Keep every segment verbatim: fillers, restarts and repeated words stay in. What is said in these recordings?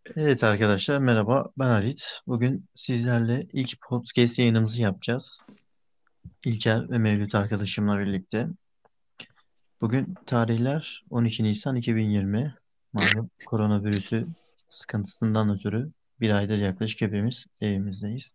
Evet arkadaşlar merhaba ben Halit. Bugün sizlerle ilk podcast yayınımızı yapacağız. İlker ve Mevlüt arkadaşımla birlikte. Bugün tarihler on iki Nisan iki bin yirmi. Malum koronavirüsü sıkıntısından ötürü bir aydır yaklaşık hepimiz evimizdeyiz.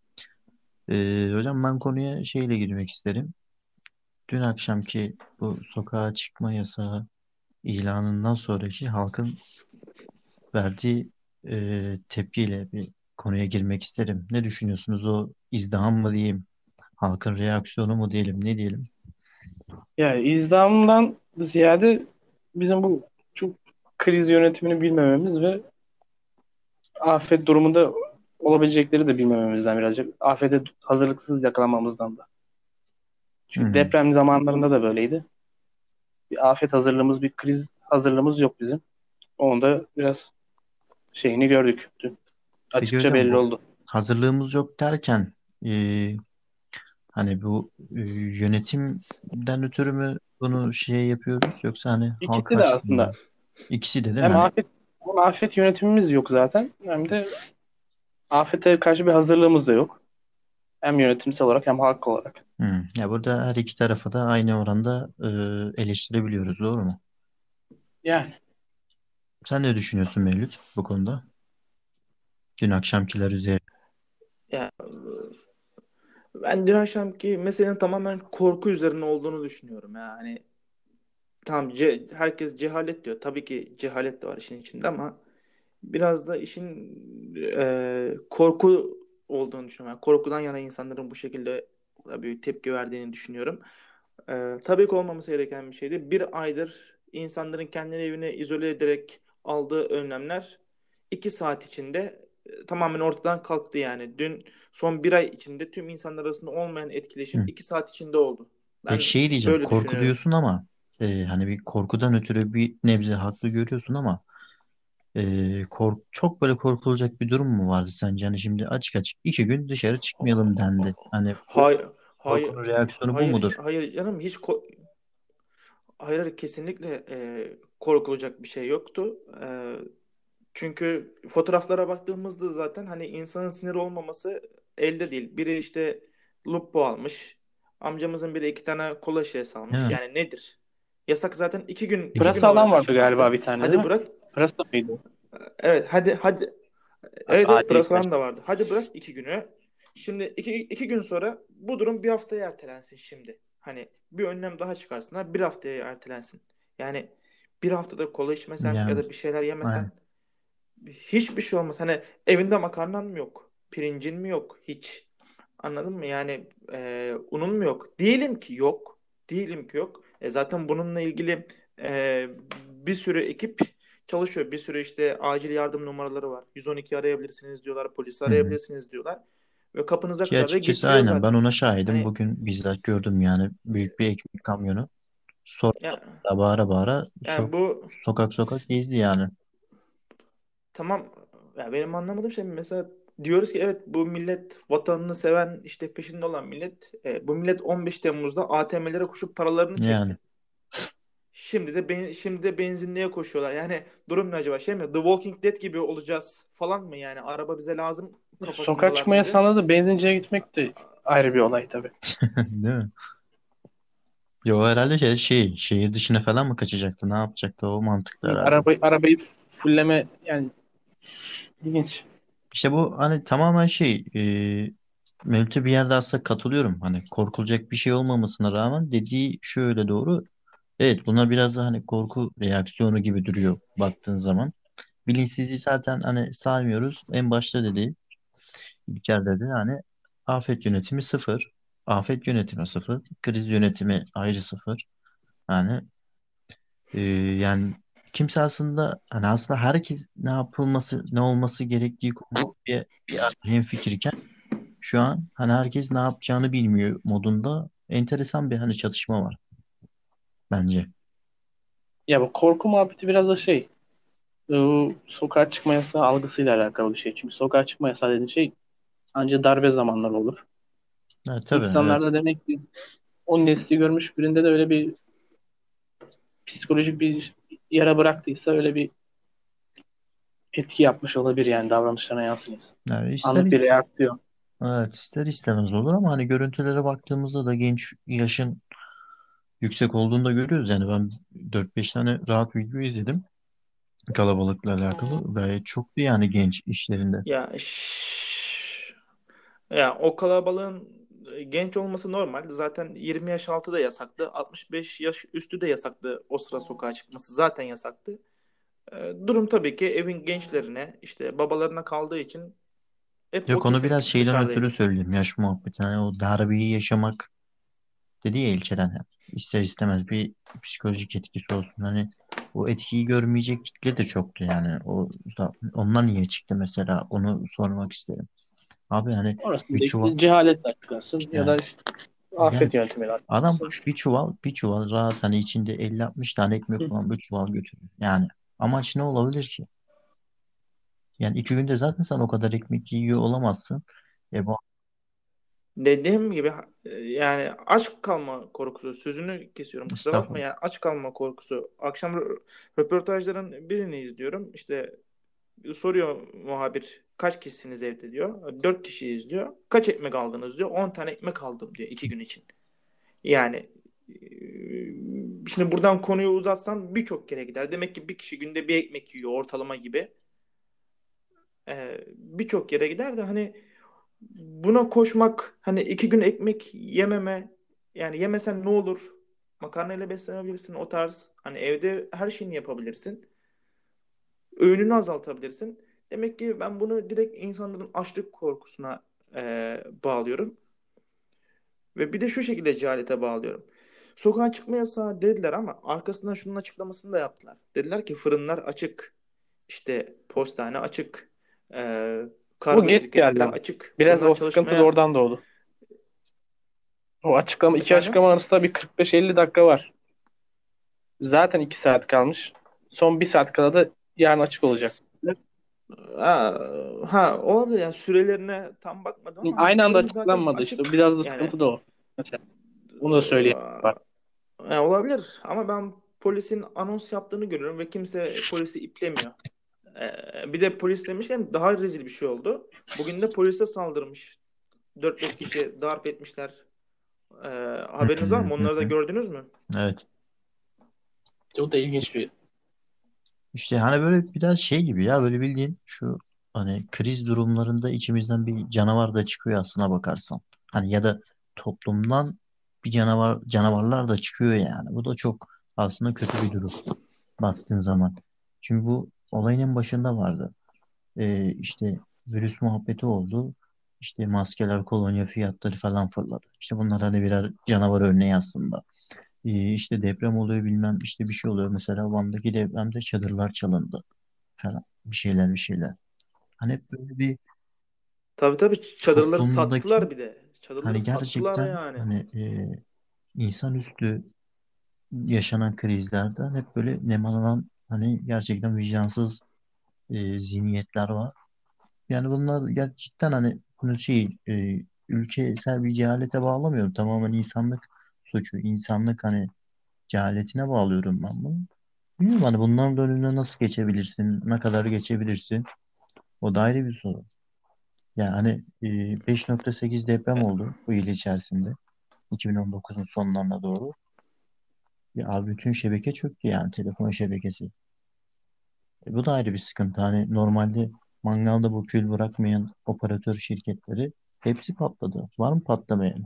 Ee, hocam ben konuya şeyle girmek isterim. Dün akşamki bu sokağa çıkma yasağı ilanından sonraki halkın verdiği e, tepkiyle bir konuya girmek isterim. Ne düşünüyorsunuz? O izdiham mı diyeyim? Halkın reaksiyonu mu diyelim? Ne diyelim? Yani izdamdan ziyade bizim bu çok kriz yönetimini bilmememiz ve afet durumunda olabilecekleri de bilmememizden birazcık. Afete hazırlıksız yakalanmamızdan da. Hı Çünkü hı. deprem zamanlarında da böyleydi. Bir afet hazırlığımız, bir kriz hazırlığımız yok bizim. Onu da biraz şeyini gördük. Dün. Peki Açıkça hocam belli bu oldu. hazırlığımız yok derken e, hani bu e, yönetimden ötürü mü bunu şey yapıyoruz yoksa hani halk İkisi de aslında. açısından ikisi de değil mi? Hem Hani afet, hem afet yönetimimiz yok zaten. Hem de afete karşı bir hazırlığımız da yok. Hem yönetimsel olarak hem halk olarak. hı. Ya burada her iki tarafı da aynı oranda e, eleştirebiliyoruz, doğru mu? Yani Sen ne düşünüyorsun Mevlüt bu konuda? Dün akşamkiler üzerine. Ya ben dün akşamki meselenin tamamen korku üzerine olduğunu düşünüyorum. Yani tamam, ce- herkes cehalet diyor. Tabii ki cehalet de var işin içinde ama biraz da işin e, korku olduğunu düşünüyorum. Yani korkudan yana insanların bu şekilde tabii tepki verdiğini düşünüyorum. E, tabii ki olmaması gereken bir şeydi. Bir aydır insanların kendini evine izole ederek aldığı önlemler iki saat içinde e, tamamen ortadan kalktı yani. Dün son bir ay içinde tüm insanlar arasında olmayan etkileşim Hı. iki saat içinde oldu. Peki Ben şey diyeceğim, böyle korku düşünüyorum. diyorsun ama e, hani bir korkudan ötürü bir nebze haklı görüyorsun ama e, kork çok böyle korkulacak bir durum mu vardı sence? Hani şimdi açık açık iki gün dışarı çıkmayalım dendi. Hani bu Hayır, hayır, korkunun reaksiyonu bu hayır, mudur? hayır canım, hiç ko- hayır, hayır, kesinlikle e, korkulacak bir şey yoktu. E, çünkü fotoğraflara baktığımızda zaten hani insanın sinir olmaması elde değil. Biri işte Lupo almış. Amcamızın biri iki tane kola şişesi Değil almış. mi? Yani nedir? Yasak zaten iki gün iki gün pırasa alan olarak vardı galiba açıklandı. bir tane değil Hadi mi? bırak. Pırasa mıydı? Evet, hadi hadi. Ha, Evet, evet, Adi pırasadan karışık. da vardı. Hadi bırak iki günü. Şimdi iki, iki gün sonra bu durum bir haftaya ertelensin şimdi. Hani bir önlem daha çıkarsınlar, bir haftaya ertelensin. Yani bir haftada kola içmesen ya Yani da bir şeyler aynen. yemesen hiçbir şey olmaz. Hani evinde makarnan mı yok? Pirincin mi yok? Hiç. Anladın mı? Yani e, unun mu yok? Diyelim ki yok. Diyelim ki yok. E, zaten bununla ilgili e, bir sürü ekip çalışıyor. Bir sürü işte acil yardım numaraları var. yüz on iki arayabilirsiniz diyorlar. Polisi Hı hı. arayabilirsiniz diyorlar. Ve kapınıza Ki kadar da açıkçası getiriyor aynen ben zaten. ona şahidim. Hani Bugün bizzat gördüm yani büyük bir ekmek kamyonu. Sormadan ya, da bağıra bağıra yani sok bu sokak sokak gezdi yani. tamam, ya benim anlamadığım şey, mesela diyoruz ki evet, bu millet vatanını seven, işte peşinde olan millet. E, bu millet on beş Temmuz'da A T M'lere koşup paralarını Yani çekti. Şimdi de ben, şimdi de benzinliğe koşuyorlar. Yani durum ne acaba? Şey mi? The Walking Dead gibi olacağız falan mı yani? Araba bize lazım Sokağa kafasındalar çıkma mıydı? yasağında da benzinciye gitmek de ayrı bir olay tabii. değil mi? Yo herhalde şey, şey şehir dışına falan mı kaçacaktı? Ne yapacaktı? O mantıklı Hı, herhalde. arabayı, arabayı fulleme yani ilginç. İşte bu hani tamamen şey e, Mevlüt'e bir yerde aslında katılıyorum. Hani korkulacak bir şey olmamasına rağmen dediği şöyle doğru. Evet buna biraz da hani korku reaksiyonu gibi duruyor baktığın zaman. Bilinçsizliği zaten hani saymıyoruz. En başta dedi İlker dedi hani afet yönetimi sıfır. Afet yönetimi sıfır. Kriz yönetimi ayrı sıfır. Yani e, yani kimse aslında hani aslında herkes ne yapılması ne olması gerektiği konusunda bir, bir hemfikirken şu an hani herkes ne yapacağını bilmiyor modunda enteresan bir hani çatışma var bence. Ya bu korku muhabbeti biraz da şey, bu sokağa çıkma yasağı algısıyla alakalı bir şey. Çünkü sokağa çıkma yasağı dediğin şey ancak darbe zamanları olur. Evet tabii evet. İnsanlarda demek ki o nesli görmüş birinde de öyle bir psikolojik bir yara bıraktıysa, öyle bir etki yapmış olabilir yani davranışlarına yansıyor. Yani ister Anlık bir is- reaksiyon. evet, ister istemez olur ama hani görüntülere baktığımızda da genç yaşın yüksek olduğunu da görüyoruz. Yani ben dört beş tane rahat video izledim kalabalıkla alakalı. Gayet çoktu yani genç işlerinde. Ya şş, ya o kalabalığın e, genç olması normal. Zaten yirmi yaş altı da yasaktı. altmış beş yaş üstü de yasaktı. O sıra sokağa çıkması zaten yasaktı. E, durum tabii ki evin gençlerine, işte babalarına kaldığı için hep o Yok, onu biraz kesim şeyden ötürü dışarıdaydı. söyleyeyim. Yaş muhabbeti. Hani o darbeyi yaşamak dedi ya İlkeren hep. İster istemez bir psikolojik etkisi olsun. Hani o etkiyi görmeyecek kitle de çoktu yani. O onlar niye çıktı mesela? Onu sormak isterim. Abi hani bir Orasında çuval işte cehaletle açıklarsın ya yani da işte yani afet yönetimiyle adam açıklarsın. bir çuval bir çuval rahat hani içinde elli altmış tane ekmek Hı. olan bir çuval götürüyor. Yani amaç ne olabilir ki? Yani iki günde zaten sen o kadar ekmek yiyor olamazsın. E bu Dediğim gibi e, yani aç kalma korkusu, sözünü kesiyorum kusura bakma, estağfurullah. yani aç kalma korkusu. Akşam rö- röportajların birini izliyorum, işte soruyor muhabir, kaç kişisiniz evde diyor. Dört kişiyiz diyor. Kaç ekmek aldınız diyor. On tane ekmek aldım diyor iki gün için. Yani e, şimdi buradan konuyu uzatsam birçok kere gider. Demek ki bir kişi günde bir ekmek yiyor ortalama gibi. E, birçok yere gider de hani buna koşmak, hani iki gün ekmek yememe, yani yemesen ne olur? Makarnayla beslenebilirsin, o tarz. Hani evde her şeyini yapabilirsin. Öğününü azaltabilirsin. Demek ki ben bunu direkt insanların açlık korkusuna e, bağlıyorum. Ve bir de şu şekilde cehalete bağlıyorum. Sokağa çıkma yasağı dediler ama arkasından şunun açıklamasını da yaptılar. Dediler ki fırınlar açık, işte postane açık, e, O kargo geç geldi şirketleri ama. açık. Biraz Bunlar o sıkıntı da çalışmaya, oradan doğdu. O açıklama, iki efendim? açıklama arasında bir kırk beş elli dakika var. Zaten iki saat kalmış. Son bir saat kala da yarın açık olacak. Ha, ha olabilir, yani sürelerine tam bakmadım ama hani Aynı anda fırın zaten açıklanmadı işte. açık Biraz da yani. sıkıntı da o. Mesela bunu da söyleyeyim. Var. e, olabilir ama ben polisin anons yaptığını görüyorum ve kimse polisi iplemiyor. E, bir de polis demişken daha rezil bir şey oldu. Bugün de polise saldırmış. Dört beş kişi darp etmişler. E, Hı haberiniz var hı mı? hı Onları da hı. gördünüz mü? Evet. O da ilginç bir. İşte hani böyle biraz şey gibi ya, böyle bildiğin şu hani kriz durumlarında içimizden bir canavar da çıkıyor aslına bakarsan. Hani ya da toplumdan bir canavar canavarlar da çıkıyor yani. Bu da çok aslında kötü bir durum baktığın zaman. Çünkü bu olayın en başında vardı. Ee, işte virüs muhabbeti oldu. İşte maskeler, kolonya fiyatları falan fırladı. İşte bunlar hani birer canavar örneği aslında. Ee, işte deprem oluyor bilmem işte bir şey oluyor. Mesela Van'daki depremde çadırlar çalındı falan. Bir şeyler bir şeyler. Hani hep böyle bir Tabii tabii, çadırları toplumdaki sattılar bir de. Çadırları hani sattılar gerçekten yani. hani e, insanüstü yaşanan krizlerden hep böyle nemalan hani gerçekten vicdansız e, zihniyetler var. Yani bunlar gerçekten hani bunu şey e, ülkesel bir cehalete bağlamıyorum. Tamamen insanlık suçu, insanlık hani cehaletine bağlıyorum ben bunu. Bilmiyorum hani bunların da önüne nasıl geçebilirsin, ne kadar geçebilirsin? O da ayrı bir soru. Yani e, beş nokta sekiz deprem oldu bu yıl içerisinde. iki bin on dokuzun sonlarına doğru. Ya abi bütün şebeke çöktü yani telefon şebekesi. E, bu da ayrı bir sıkıntı. Hani normalde mangalda bu kül bırakmayan operatör şirketleri hepsi patladı. Var mı patlamayan?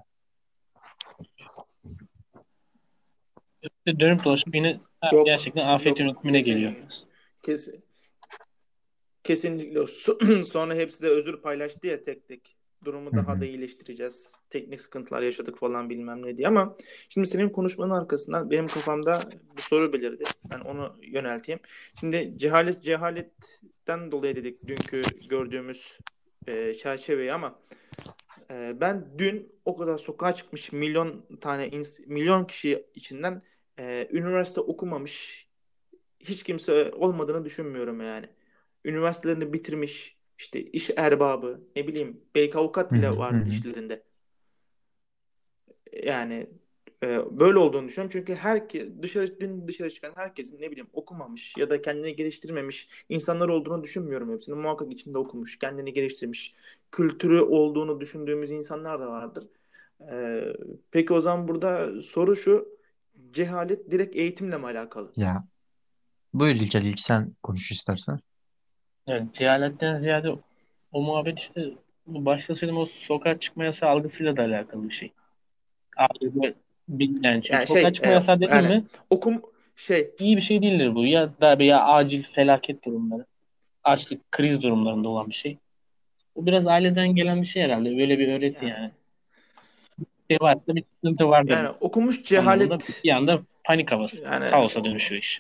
İşte dönüp dolaşıp yine ha, Yok, gerçekten afet yok, yönetimine geliyor. kesin kesin kesinlikle. So- Sonra hepsi de özür paylaştı ya, tek tek. Durumu Hı daha da hı. iyileştireceğiz. Teknik sıkıntılar yaşadık falan bilmem ne diye, ama şimdi senin konuşmanın arkasından benim kafamda bir soru belirdi. Ben onu yönelteyim. Şimdi cehalet cehaletten dolayı dedik dünkü gördüğümüz e, çerçeveyi, ama e, ben dün o kadar sokağa çıkmış milyon tane ins- milyon kişi içinden e, üniversite okumamış hiç kimse olmadığını düşünmüyorum yani. Üniversitelerini bitirmiş, işte iş erbabı, ne bileyim belki avukat Hı bile hı hı vardı hı. işlerinde. Yani e, böyle olduğunu düşünüyorum. Çünkü herkes dışarı dün dışarı çıkan herkesin ne bileyim okumamış ya da kendini geliştirmemiş insanlar olduğunu düşünmüyorum hepsinin. Muhakkak içinde okumuş, kendini geliştirmiş, kültürü olduğunu düşündüğümüz insanlar da vardır. E, peki o zaman burada soru şu: cehalet direkt eğitimle mi alakalı? Ya buyur İlker, ilk sen konuş istersen. Evet, cehaletten ziyade o muhabbet işte bu başta söylediğim o sokağa çıkma yasağı algısıyla da alakalı bir şey. Abi bu bilinen çünkü Yani sokağa şey çıkma e, yasağı dediğim yani mi okum şey iyi bir şey değildir bu. Ya da ya acil felaket durumları, açlık, kriz durumlarında olan bir şey. Bu biraz aileden gelen bir şey herhalde. Böyle bir öğreti yani yani. Bir şey varsa bir sıkıntı vardır yani okumuş anlamında cehalet bir anda panik havası. yani Kaosa dönüşüyor iş.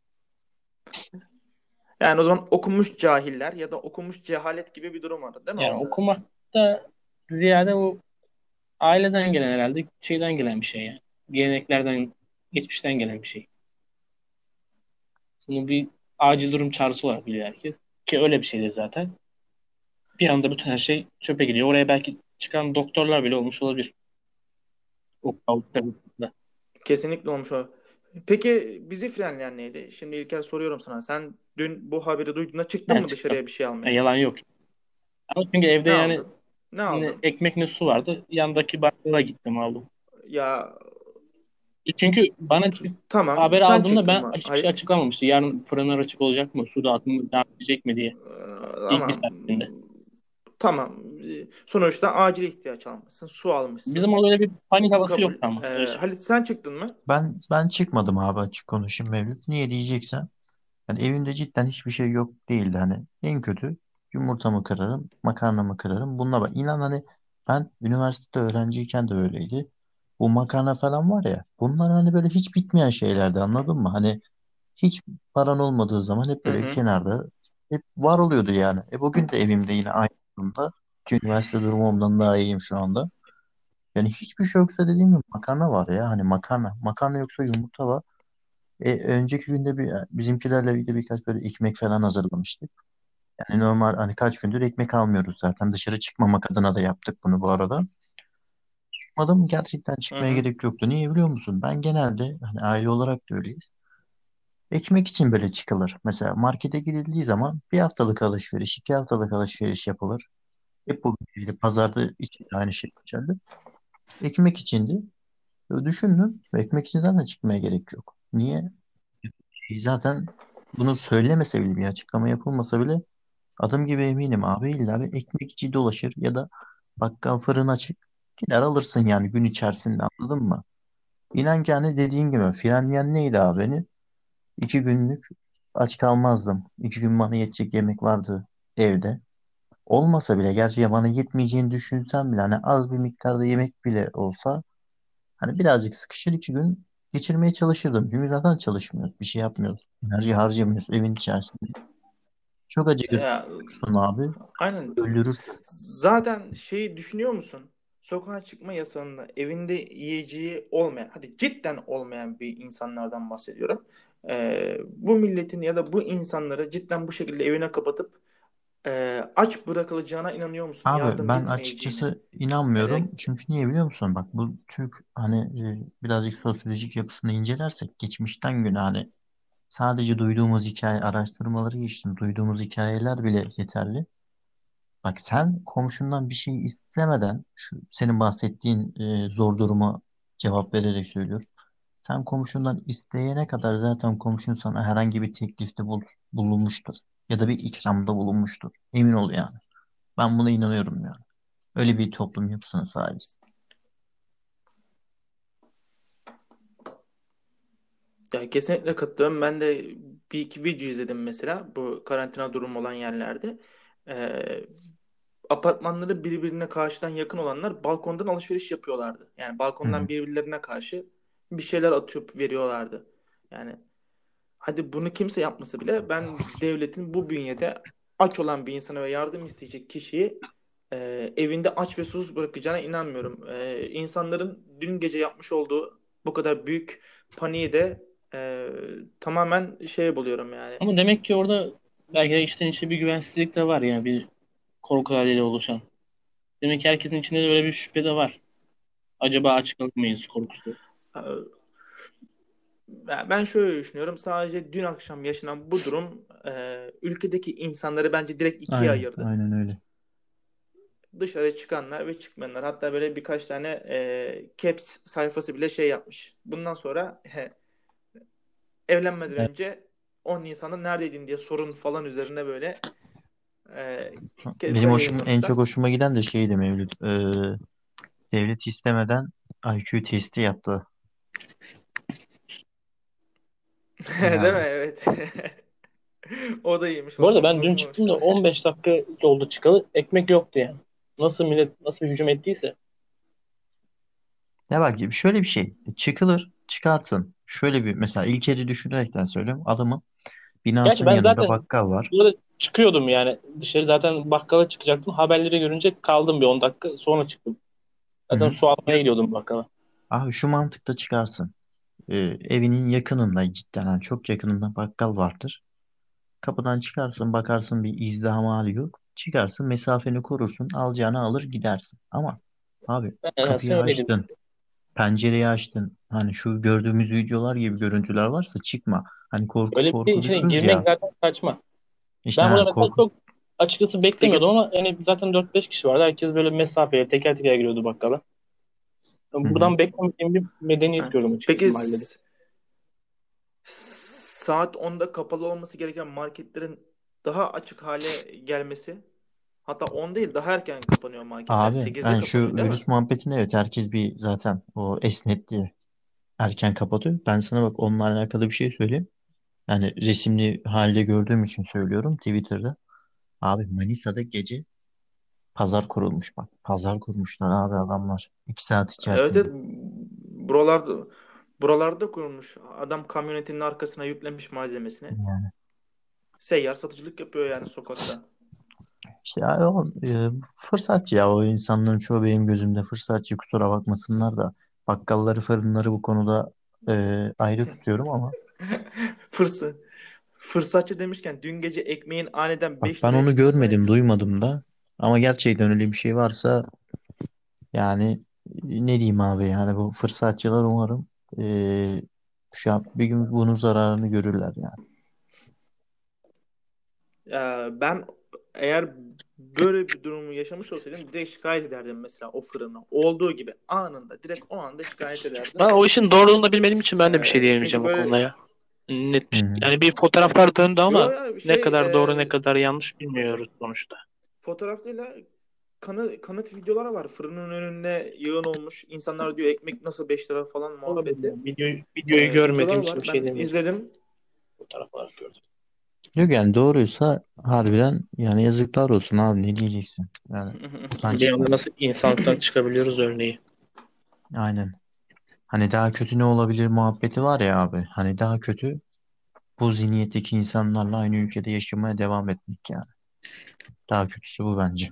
yani o zaman okumuş cahiller ya da okumuş cehalet gibi bir durum var değil mi Yani ortada? okumakta ziyade bu aileden gelen herhalde şeyden gelen bir şey yani. Geleneklerden, geçmişten gelen bir şey. Bunu bir acil durum çağrısı olarak biliyor herkes. Ki öyle bir şeydir zaten. Bir anda bütün her şey çöpe gidiyor. Oraya belki çıkan doktorlar bile olmuş olabilir. O kaotikte. Kesinlikle olmuş o. Peki bizi frenleyen neydi? Şimdi İlker soruyorum sana. Sen dün bu haberi duyduğunda çıktın Ben mı çıktım. dışarıya bir şey Yani almaya? yalan yok. Ama çünkü evde Ne yani aldın? Ne ne aldın? ekmek ne su vardı. Yandaki bakkala gittim aldım. Ya E Çünkü bana t- çık- tamam haberi sen aldığımda çıktın ben mı hiçbir şey Halit? açıklamamıştı. Yarın fırınlar açık olacak mı? Su dağıtımı mı devam edecek mi diye. Ee, İlk bir Tamam. saatinde. Tamam. Ee, Sonuçta acil ihtiyaç almışsın. Su Bizim almışsın. orada öyle bir panik havası Kabul. yoktu ama. Öyle Ee, söyleyeyim. Halit sen çıktın mı? Ben ben çıkmadım abi, açık konuşayım Mevlüt. Niye diyeceksen. Yani evimde cidden hiçbir şey yok değildi hani. En kötü yumurtamı kırarım, makarnamı kırarım. Bununla bak. İnan hani ben üniversitede öğrenciyken de öyleydi. Bu makarna falan var ya. Bunlar hani böyle hiç bitmeyen şeylerdi, anladın mı? Hani hiç paran olmadığı zaman hep Hı böyle hı. kenarda hep var oluyordu yani. E bugün de evimde yine aynı durumda. Ki üniversite durumumdan daha iyiyim şu anda. Yani hiçbir şey yoksa dediğim gibi makarna var ya. Hani makarna. Makarna yoksa yumurta var. E, önceki günde bir, bizimkilerle bir de birkaç böyle ekmek falan hazırlamıştık. Yani normal hani kaç gündür ekmek almıyoruz zaten. Dışarı çıkmamak adına da yaptık bunu bu arada. Çıkmadım, gerçekten Hı çıkmaya hı. gerek yoktu. Niye biliyor musun? Ben genelde hani aile olarak da öyleyiz. Ekmek için böyle çıkılır. Mesela markete gidildiği zaman bir haftalık alışveriş, iki haftalık alışveriş yapılır. Hep bu böyle pazarda için de aynı şey geçerli. Ekmek içindi. Böyle düşündüm. Ekmek için zaten çıkmaya gerek yok. Niye? E, Zaten bunu söylemese bile, bir açıklama yapılmasa bile adım gibi eminim abi, illa bir ekmekçi dolaşır ya da bakkal, fırın açık. Gider alırsın yani gün içerisinde, anladın mı? İnan ki hani dediğin gibi frenleyen neydi abi beni? İki günlük aç kalmazdım. İki gün bana yetecek yemek vardı evde. Olmasa bile, gerçi bana yetmeyeceğini düşünsem bile, hani az bir miktarda yemek bile olsa hani birazcık sıkışır iki gün geçirmeye çalışırdım. Çünkü zaten çalışmıyoruz. Bir şey yapmıyoruz. Enerji harcamıyoruz evin içerisinde. Çok Ya, acıkırsın abi. aynen. Öldürür. Zaten şeyi düşünüyor musun? Sokağa çıkma yasağında evinde yiyeceği olmayan, hadi cidden olmayan bir insanlardan bahsediyorum. Ee, bu milletin ya da bu insanları cidden bu şekilde evine kapatıp e, aç bırakılacağına inanıyor musun? Abi Yardım ben etmeyeceğine. açıkçası Ya da inanmıyorum. Çünkü niye biliyor musun? Bak bu Türk hani e, birazcık sosyolojik yapısını incelersek geçmişten güne hani sadece duyduğumuz hikaye araştırmaları geçtim. Duyduğumuz hikayeler bile yeterli. Bak sen komşundan bir şey istemeden, şu senin bahsettiğin e, zor duruma cevap vererek söylüyorum. Sen komşundan isteyene kadar zaten komşun sana herhangi bir teklifte bul- bulunmuştur. Ya da bir ikramda bulunmuştur. Emin ol yani. Ben buna inanıyorum yani. Öyle bir toplum yapısına sahibiz. Ya kesinlikle katılıyorum. Ben de bir iki video izledim mesela bu karantina durumu olan yerlerde. Ee, Apartmanları birbirine karşıdan yakın olanlar balkondan alışveriş yapıyorlardı. Yani balkondan Hı. birbirlerine karşı bir şeyler atıp veriyorlardı. Yani hadi bunu kimse yapmasa bile ben devletin bu bünyede aç olan bir insana ve yardım isteyecek kişiyi e, evinde aç ve susuz bırakacağına inanmıyorum. E, insanların dün gece yapmış olduğu bu kadar büyük paniği de e, tamamen şey buluyorum yani. Ama demek ki orada belki de içten içe bir güvensizlik de var yani bir korku haliyle oluşan. Demek ki herkesin içinde de öyle bir şüphe de var. Acaba aç kalır mıyız korkusu. Ben şöyle düşünüyorum. Sadece dün akşam yaşanan bu durum e, ülkedeki insanları bence direkt ikiye Aynen, ayırdı. aynen öyle. Dışarı çıkanlar ve çıkmayanlar. Hatta böyle birkaç tane e, Caps sayfası bile şey yapmış. Bundan sonra he, evlenmeden Evet. önce on Nisan'da neredeydin diye sorun falan üzerine böyle e, Benim Caps'ler hoşum en yayınlamışlar. çok hoşuma giden de şeydi Mevlüt. Ee, devlet istemeden I Q testi yaptı. Değil mi? Yani Evet. O da iyiymiş. Bu Bak arada onu ben dün çıktım da unutmamıştım. on beş dakika yolda çıkalı ekmek yoktu yani. Nasıl millet nasıl hücum ettiyse. ya bak şöyle bir şey. Çıkılır, çıkarsın. Şöyle bir mesela İlker'i düşünerekten söylüyorum. Adamın Gerçi binasının ben yanında zaten bakkal var. burada çıkıyordum yani. Dışarı zaten bakkala çıkacaktım. Haberleri görünce kaldım bir on dakika sonra çıktım. Hı Zaten hı. su almaya gidiyordum bakkala. Abi şu mantıkta çıkarsın. Ee, evinin yakınında cidden yani çok yakınında bakkal vardır. Kapıdan çıkarsın bakarsın bir izdiham hali yok. Çıkarsın mesafeni korursun alacağını alır gidersin. Ama abi Ben en kapıyı azından öyleydim. açtın pencereyi açtın. Hani şu gördüğümüz videolar gibi görüntüler varsa çıkma. Hani korku Öyle bir şeyin korku içine diyoruz girmek ya. zaten saçma. İşte Ben burada ha mesela korku. çok açıkçası Peki beklemiyordum s- ama yani zaten dört beş kişi vardı. Herkes böyle mesafeye teker teker giriyordu bakkala. Hı hı. Buradan beklemediğim bir medeniyet ha, gördüm peki açıkçası mahallede. s- saat onda kapalı olması gereken marketlerin daha açık hale gelmesi, hatta on değil daha erken kapanıyor marketler. Abi sekizde ben şu kapanıyor değil mi? virüs muhabbetinde evet herkes bir zaten o esnetti erken kapatıyor. Ben sana bak onunla alakalı bir şey söyleyeyim. Yani resimli halde gördüğüm için söylüyorum Twitter'da. Abi Manisa'da gece pazar kurulmuş bak. Pazar kurmuşlar abi adamlar. iki saat Evet, içerisinde. evet, buralarda buralarda kurulmuş. Adam kamyonetinin arkasına yüklemiş malzemesini. Yani Seyyar satıcılık yapıyor yani sokakta. işte ya, o, e, fırsatçı ya o insanların çoğu benim gözümde fırsatçı kusura bakmasınlar da bakkalları fırınları bu konuda e, ayrı tutuyorum ama Fırsat fırsatçı demişken dün gece ekmeğin aniden bak beş ben liraya onu çıkmasına ne görmedim diyorsunuz? duymadım da ama gerçekten öyle bir şey varsa yani ne diyeyim abi yani bu fırsatçılar umarım e, şu an bir gün bunun zararını görürler yani. Ee, ben eğer böyle bir durumu yaşamış olsaydım direkt şikayet ederdim mesela o fırını. Olduğu gibi anında direkt o anda şikayet ederdim. Ben o işin doğruluğunu da bilmediğim için ben de bir şey Ee, çünkü diyemeyeceğim o böyle konuda ya. Net Hı bir, hı. yani bir fotoğraflar döndü yo ama ya ne şey kadar doğru ne e, kadar yanlış bilmiyoruz sonuçta. fotoğraftayla kanı, kanıt videoları var. Fırının önünde yığın olmuş. İnsanlar diyor ekmek nasıl beş lira falan Olabilir muhabbeti. yani. Videoyu, videoyu Ee, videolar görmediğim için bir var. şey Ben demeyeceğim. izledim. Fotoğraf olarak gördüm. Yok yani doğruysa harbiden yani yazıklar olsun abi ne diyeceksin yani Bir utanç anda nasıl insanlıktan çıkabiliyoruz örneği. aynen. Hani daha kötü ne olabilir muhabbeti var ya abi. Hani daha kötü bu zihniyetteki insanlarla aynı ülkede yaşamaya devam etmek yani. Daha kötüsü bu bence.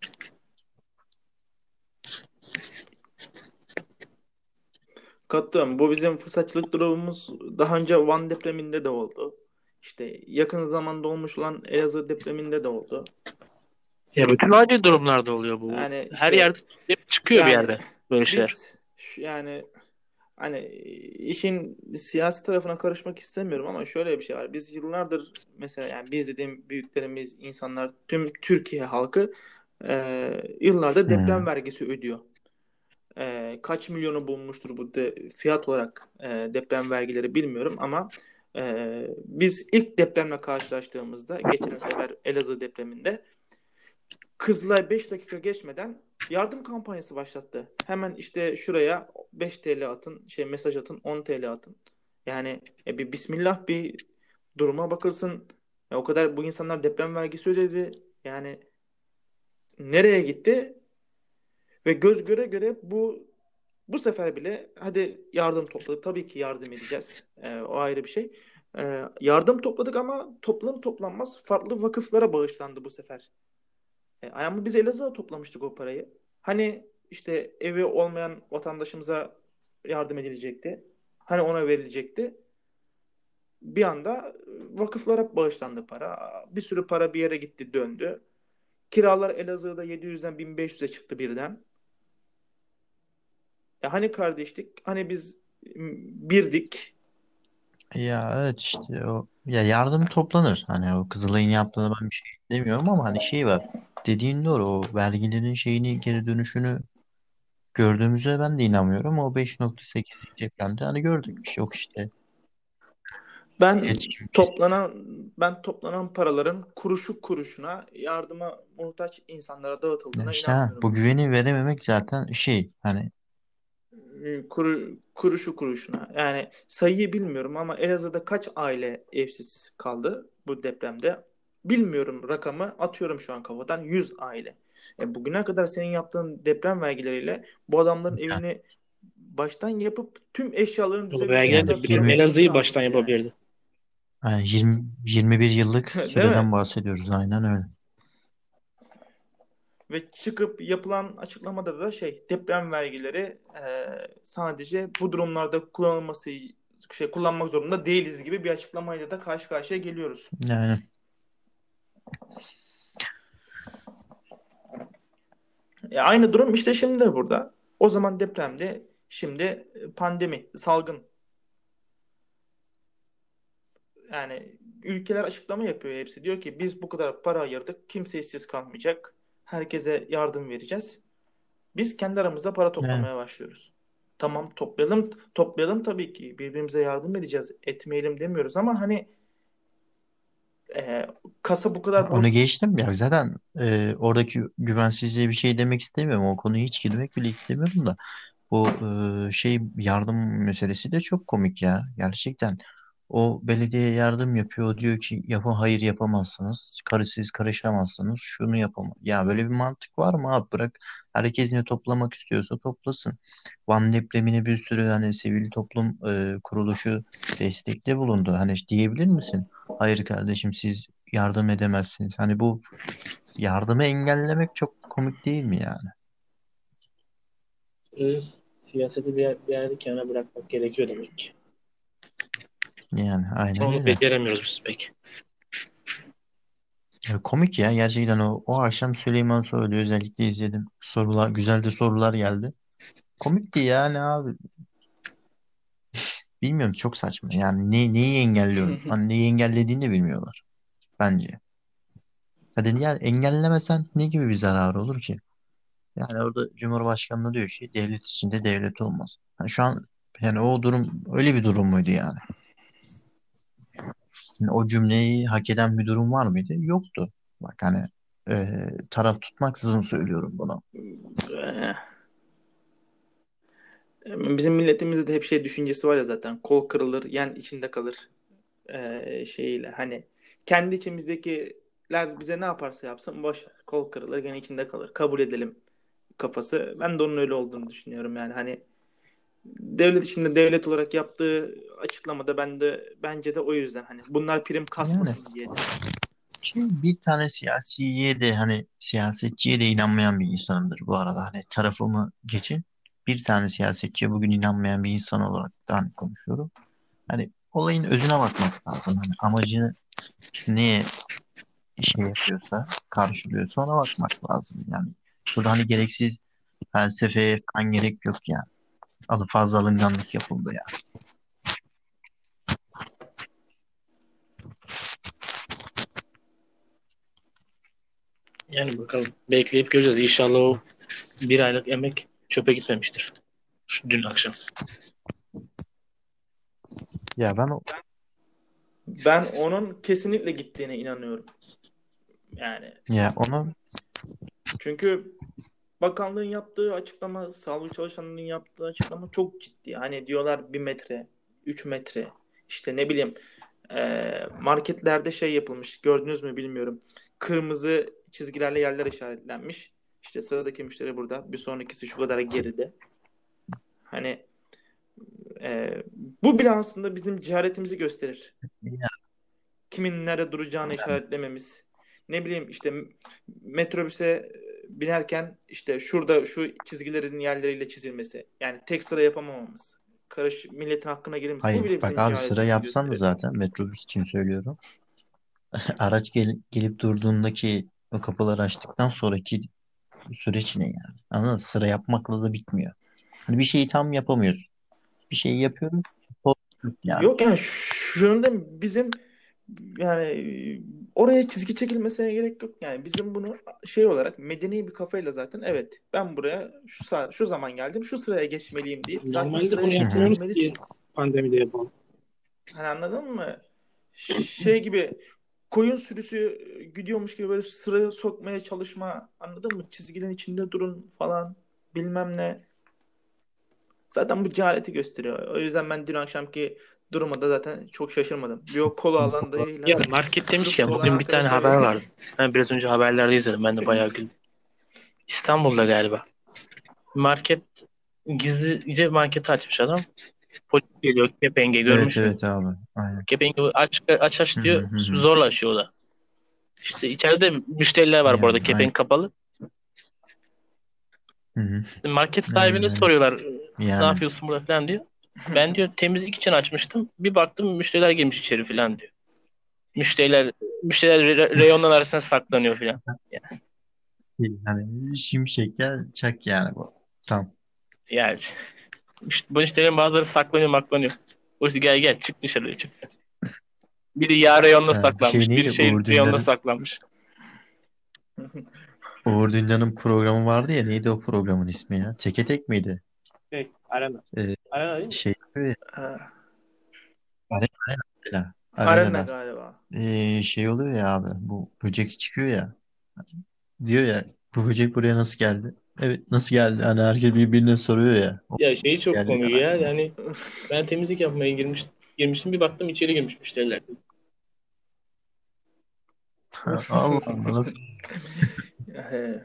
Katılıyorum. Bu bizim fırsatçılık durumumuz daha önce Van depreminde de oldu. İşte yakın zamanda olmuş olan Elazığ depreminde de oldu. Ya bütün acil durumlarda oluyor bu. Yani Her yerde işte hep çıkıyor bir yani yerde böyle şeyler. biz şu- yani hani işin siyasi tarafına karışmak istemiyorum ama şöyle bir şey var. Biz yıllardır mesela yani biz dediğim büyüklerimiz, insanlar, tüm Türkiye halkı e, yıllardır Hı. deprem vergisi ödüyor. E, kaç milyonu bulmuştur bu de, fiyat olarak e, deprem vergileri bilmiyorum ama e, biz ilk depremle karşılaştığımızda geçen sefer Elazığ depreminde Kızılay beş dakika geçmeden yardım kampanyası başlattı. Hemen işte şuraya beş T L atın, şey mesaj atın, on T L atın. Yani e, bir bismillah bir duruma bakılsın. E, o kadar bu insanlar deprem vergisi ödedi. Yani nereye gitti? Ve göz göre göre bu bu sefer bile hadi yardım topladık. Tabii ki yardım edeceğiz. E, o ayrı bir şey. E, yardım topladık ama toplanır toplanmaz farklı vakıflara bağışlandı bu sefer. E, ama biz Elazığ'a toplamıştık o parayı. Hani işte evi olmayan vatandaşımıza yardım edilecekti. Hani ona verilecekti. Bir anda vakıflara bağışlandı para. Bir sürü para bir yere gitti döndü. Kiralar Elazığ'da yedi yüzden bin beş yüze çıktı birden. E hani kardeşlik? Hani biz Birdik. Ya evet işte o ya yardım toplanır. Hani o Kızılay'ın yaptığını ben bir şey demiyorum ama hani şey var. Dediğin doğru, o vergilerin şeyini geri dönüşünü gördüğümüze ben de inanmıyorum. O beş nokta sekizlik depremde hani gördük. Bir şey yok işte. Ben Geç gibi bir şey. toplanan ben toplanan paraların kuruşu kuruşuna yardıma muhtaç insanlara Ya dağıtıldığına işte ha, inanmıyorum bu bu işin. güveni verememek zaten şey hani Ee, Kuru, kuruşu kuruşuna. Yani sayıyı bilmiyorum ama Elazığ'da kaç aile evsiz kaldı bu depremde? Bilmiyorum rakamı. Atıyorum şu an kafadan yüz aile. E, bugüne kadar senin yaptığın deprem vergileriyle bu adamların yani, evini baştan yapıp tüm eşyalarını O düzebilecek yani kadar vergiyle para bütün yirmi olması Elazığ'ı baştan lazımdı yani. yapabilirdi. yani yirmi yirmi bir yıllık Değil mi? süreden bahsediyoruz, aynen öyle. Ve çıkıp yapılan açıklamada da şey deprem vergileri e, sadece bu durumlarda kullanılması şey kullanmak zorunda değiliz gibi bir açıklamayla da karşı karşıya geliyoruz. Yani E, aynı durum işte şimdi de burada. O zaman depremde, şimdi pandemi, salgın. Yani ülkeler açıklama yapıyor hepsi. Diyor ki biz bu kadar para ayırdık. Kimse işsiz kalmayacak. Herkese yardım vereceğiz. Biz kendi aramızda para yani toplamaya başlıyoruz. Tamam toplayalım, toplayalım tabii ki. Birbirimize yardım edeceğiz. Etmeyelim demiyoruz ama hani e, kasa bu kadar onu boş. geçtim ya zaten, e, oradaki güvensizliğe bir şey demek istemiyorum. O konuya hiç girmek bile istemiyorum da. Bu e, şey yardım meselesi de çok komik ya. Gerçekten o belediye yardım yapıyor. O diyor ki yapın, hayır yapamazsınız. Karısız karışamazsınız. Şunu yapamaz. Ya böyle bir mantık var mı abi? Bırak herkes ne toplamak istiyorsa toplasın. Van depremine bir sürü hani sivil toplum e, kuruluşu destekte bulundu. Hani diyebilir misin? Hayır kardeşim, siz yardım edemezsiniz. Hani bu yardımı engellemek çok komik değil mi yani? Ee, Siyaseti bir, yer, bir yerde kenara bırakmak gerekiyor demek ki. Yani aynen Onu öyle. beceremiyoruz biz pek. Ya komik ya gerçekten, o, o akşam Süleyman Soylu özellikle izledim. Sorular, güzel de sorular geldi. Komikti yani abi. Bilmiyorum, çok saçma. Yani ne, neyi engelliyorum? Hani neyi engellediğini de bilmiyorlar bence. Hadi yani engellemesen ne gibi bir zararı olur ki? Yani orada Cumhurbaşkanı diyor ki devlet içinde devlet olmaz. Hani şu an yani o durum öyle bir durum muydu yani? Yani o cümleyi hak eden bir durum var mıydı? Yoktu. Bak hani e, taraf tutmaksızın söylüyorum bunu. E, Bizim milletimizde de hep şey düşüncesi var ya zaten. Kol kırılır, yen içinde kalır. E, şeyiyle hani kendi içimizdekiler bize ne yaparsa yapsın boş ver. Kol kırılır, gene içinde kalır. Kabul edelim kafası. Ben de onun öyle olduğunu düşünüyorum yani hani devlet içinde devlet olarak yaptığı açıklamada ben de bence de o yüzden hani bunlar prim Yani kasmasın diyedir. şimdi bir tane siyasiye de hani siyasetçiye de inanmayan bir insanımdır bu arada. Hani tarafımı geçin. Bir tane siyasetçiye bugün inanmayan bir insan olarak da hani konuşuyorum. Hani olayın özüne bakmak lazım. Hani amacını neye şey yapıyorsa, karşılıyorsa ona bakmak lazım. Yani burada hani gereksiz felsefeye falan gerek yok yani. Alı fazla alınganlık yapıldı ya. Yani bakalım. Bekleyip göreceğiz. İnşallah o bir aylık emek çöpe gitmemiştir. Şu dün akşam. Ya ben o Ben onun kesinlikle gittiğine inanıyorum. Yani ya onu çünkü bakanlığın yaptığı açıklama, sağlık çalışanlarının yaptığı açıklama çok ciddi. Hani diyorlar bir metre, üç metre. İşte ne bileyim e, marketlerde şey yapılmış. Gördünüz mü bilmiyorum. Kırmızı çizgilerle yerler işaretlenmiş. İşte sıradaki müşteri burada. Bir sonrakisi şu kadar geride. Hani e, bu bile aslında bizim cehaletimizi gösterir. ya, Kimin nerede duracağını işaretlememiz. Ne bileyim işte metrobüse binerken işte şurada şu çizgilerin yerleriyle çizilmesi. Yani tek sıra yapamamamız. Karış milletin hakkına girmemiz. Bu hayır bile bak bizim abi, sıra cehaletimizi yapsan da gösterir. zaten metrobüs için söylüyorum. Araç gel gelip durduğundaki o kapıları açtıktan sonraki süreç ne yani? Anladın mı? Sıra yapmakla da bitmiyor. Hani bir şeyi tam yapamıyorsun. bir şey yapıyoruz. Post yok yani. Yok yani şunu da bizim yani oraya çizgi çekilmesine gerek yok. Yani bizim bunu şey olarak medeni bir kafayla zaten evet ben buraya şu sa- şu zaman geldim şu sıraya geçmeliyim deyip zaten Normalde bunu sıraya Hı hı. yapmıyoruz ki geçebilmelisin. pandemide yapalım. Hani anladın mı? Şey gibi koyun sürüsü gidiyormuş gibi böyle sıraya sokmaya çalışma anladın mı? Çizginin içinde durun falan bilmem ne. Zaten bu cehaleti gösteriyor. O yüzden ben dün akşamki duruma da zaten çok şaşırmadım. Bir o kola alan Ya dayıyla market Rusça demişken olan bugün bir tane arkadaş haber arayı. vardı. Ben biraz önce haberlerde izledim. Ben de bayağı güldüm. İstanbul'da galiba. Market gizlice marketi açmış adam. Polis geliyor kepenge Evet görmüş mü? evet abi. Aynen. Kepengi aç aç aç Hı hı diyor. hı hı. Zorla açıyor o da. İşte içeride müşteriler var bu arada. Yani aynen. Kepenk kapalı. Hı hı. Market Aynen sahibine aynen. soruyorlar. Ne Yani yapıyorsun burada falan diyor. Ben diyor temizlik için açmıştım. Bir baktım müşteriler girmiş içeri falan diyor. Müşteriler müşteriler re- reyonların arasına saklanıyor falan. yani şimşek gel çak yani bu. Tamam. Yani işte bu müşterilerin bazıları saklanıyor maklanıyor. O yüzden gel gel çık dışarıya çık. Biri yağ reyonuna Ha, bu şey saklanmış. Biri neydi? şey Uğur reyonuna Dündar'ın saklanmış. Uğur Dündar'ın programı vardı ya, neydi o programın ismi ya? Teke tek miydi? Şey, arena. Ee, Arena değil mi? şey yapıyor ya, Ha, Arena, Arena, Arena Arena'da. galiba. Ee, şey oluyor ya abi, bu böcek çıkıyor ya, diyor ya, bu böcek buraya nasıl geldi? Evet, nasıl geldi? Hani herkes birbirine soruyor ya. O Ya şeyi çok geldi komik yani ya. aklıma. Yani ben temizlik yapmaya girmiş, girmiştim. Bir baktım içeri girmiş müşteriler. Allah Allah, nasıl? He.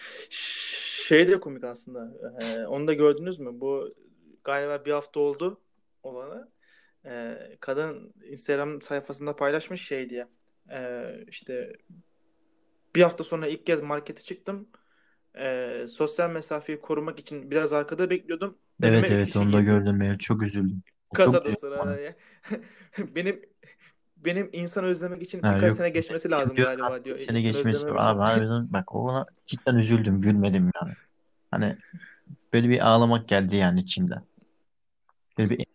Şey de komik aslında. Ee, onu da gördünüz mü? Bu galiba bir hafta oldu olanı. Ee, kadın Instagram sayfasında paylaşmış şey diye. Ee, işte bir hafta sonra ilk kez markete çıktım. Ee, sosyal mesafeyi korumak için biraz arkada bekliyordum. Önüme Evet üç evet, kişi onu da girdi. gördüm ya, çok üzüldüm. Çok Kasada üzüldüm ona. sıra. Benim benim insan özlemek için Ha, birkaç yok, sene geçmesi lazım diyor galiba artık diyor. sene İnsan geçmesi özlemem abi, için. harbiden bak, ona cidden üzüldüm, gülmedim yani. Hani böyle bir ağlamak geldi yani içimden. Böyle bir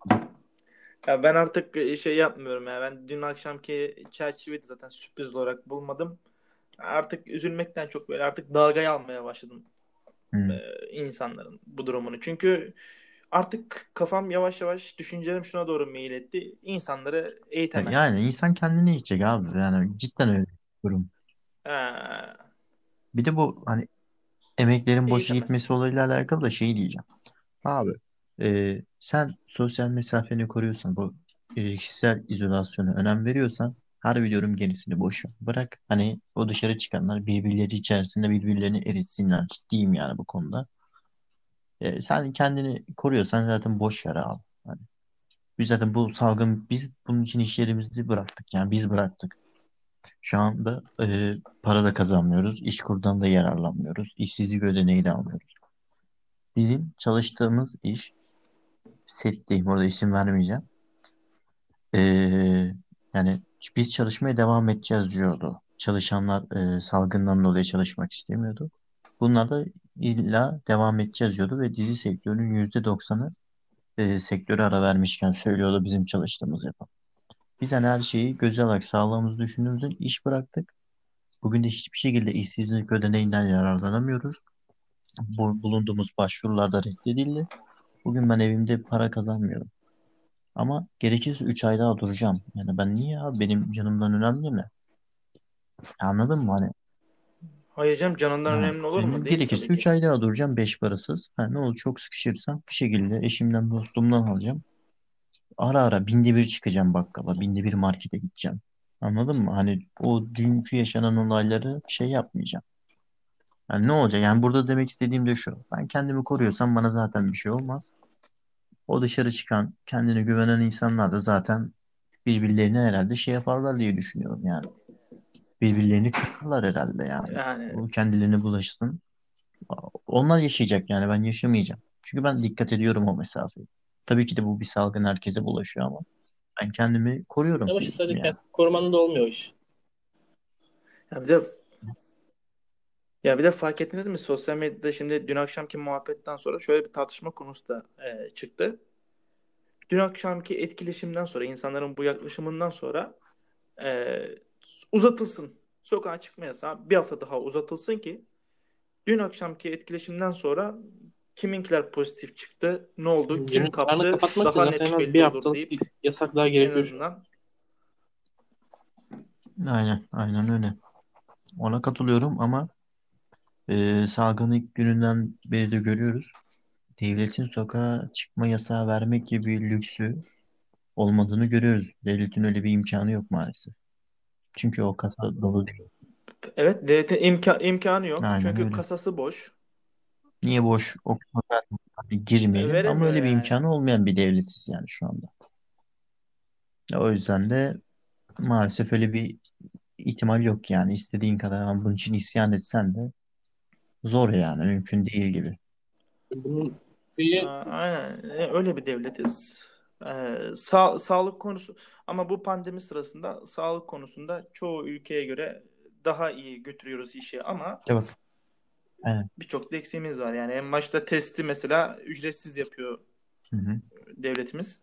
Ya ben artık e, şey yapmıyorum ya. Ben dün akşamki çerçeveyi de zaten sürpriz olarak bulmadım. Artık üzülmekten çok böyle artık dalgaya almaya başladım Hmm. e, insanların bu durumunu. Çünkü artık kafam yavaş yavaş düşüncelerim şuna doğru meyil etti. İnsanları E, eğitemezsin. Yani insan kendini yiyecek abi, yani cidden öyle bir durum. Ha, Bir de bu hani emeklerin boşa eğitemezsin. gitmesi olayıyla alakalı da şey diyeceğim. Abi, e, sen sosyal mesafeni koruyorsan, bu e, kişisel izolasyona önem veriyorsan, harbi diyorum, gerisini boş ver. Bırak hani o dışarı çıkanlar birbirleri içerisinde birbirlerini eritsinler. Ciddiyim yani bu konuda. E, sen kendini koruyorsan zaten boş ver abi. Hani biz zaten bu salgın, biz bunun için iş yerimizi bıraktık, yani biz bıraktık. Şu anda e, para da kazanmıyoruz. İşkurdan da yararlanmıyoruz. İşsizlik ödeneği de almıyoruz. Bizim çalıştığımız iş, setteyim orada, isim vermeyeceğim. E, yani biz çalışmaya devam edeceğiz diyordu. Çalışanlar e, salgından dolayı çalışmak istemiyordu. Bunlar da illa devam edeceğiz diyordu ve dizi sektörünün yüzde doksanı e, sektöre ara vermişken söylüyordu bizim çalıştığımız yapı. Biz hani her şeyi göze alarak sağlığımızı düşündüğümüzden iş bıraktık. Bugün de hiçbir şekilde işsizlik ödeneğinden yararlanamıyoruz. Bu, bulunduğumuz başvurularda reddedildi. Bugün ben evimde para kazanmıyorum. Ama gerekirse üç ay daha duracağım. Yani ben niye abi? Benim canımdan önemli mi? Anladın mı? Hani Hayır canım canından ha, önemli olur mu? benim Değil tabii gerekirse ki. üç ay daha duracağım beş parasız. Ha, ne olur, çok sıkışırsam bir şekilde eşimden dostumdan alacağım. Ara ara binde bir çıkacağım bakkala. Binde bir markete gideceğim. Anladın mı? Hani o dünkü yaşanan olayları şey yapmayacağım. Yani ne olacak? Yani burada demek istediğim de şu. Ben kendimi koruyorsam bana zaten bir şey olmaz. O dışarı çıkan, kendine güvenen insanlar da zaten birbirlerine herhalde şey yaparlar diye düşünüyorum yani. Birbirlerini kırarlar herhalde yani. Yani O kendilerine bulaşsın. Onlar yaşayacak yani, ben yaşamayacağım. Çünkü ben dikkat ediyorum o mesafeyi. Tabii ki de bu bir salgın, herkese bulaşıyor ama ben kendimi koruyorum Ama işte sadece yani. kendini korumanın da olmuyor o iş. ya bir de ya bir de fark ettiniz mi sosyal medyada şimdi dün akşamki muhabbetten sonra şöyle bir tartışma konusu da e, çıktı. dün akşamki etkileşimden sonra, insanların bu yaklaşımından sonra e, uzatılsın. Sokağa çıkma yasağı bir hafta daha uzatılsın ki dün akşamki etkileşimden sonra kiminkiler pozitif çıktı, ne oldu, kim Günün kararını kaptı kapatmak için daha zaten en net az bir belli olur haftalık deyip bir yasak daha en gerekiyor. azından Aynen, aynen öyle. Ona katılıyorum ama e, salgının ilk gününden beri de görüyoruz. Devletin sokağa çıkma yasağı vermek gibi bir lüksü olmadığını görüyoruz. Devletin öyle bir imkanı yok maalesef. Çünkü o kasa dolu değil. evet, devletin imka imkanı yok. Aynen Çünkü öyle. kasası boş. Niye boş okuma hani E, girmeyelim ama veremiyor öyle bir yani. imkanı olmayan bir devletiz yani şu anda. O yüzden de maalesef öyle bir ihtimal yok yani. İstediğin kadar ama bunun için isyan etsen de zor yani mümkün değil gibi. Bunun bir A- Aynen, E, öyle bir devletiz. Ee, sağ, sağlık konusu, ama bu pandemi sırasında sağlık konusunda çoğu ülkeye göre daha iyi götürüyoruz işi, ama İşte bak. Aynen. birçok da eksiğimiz var. Yani en başta testi mesela ücretsiz yapıyor Hı hı. devletimiz.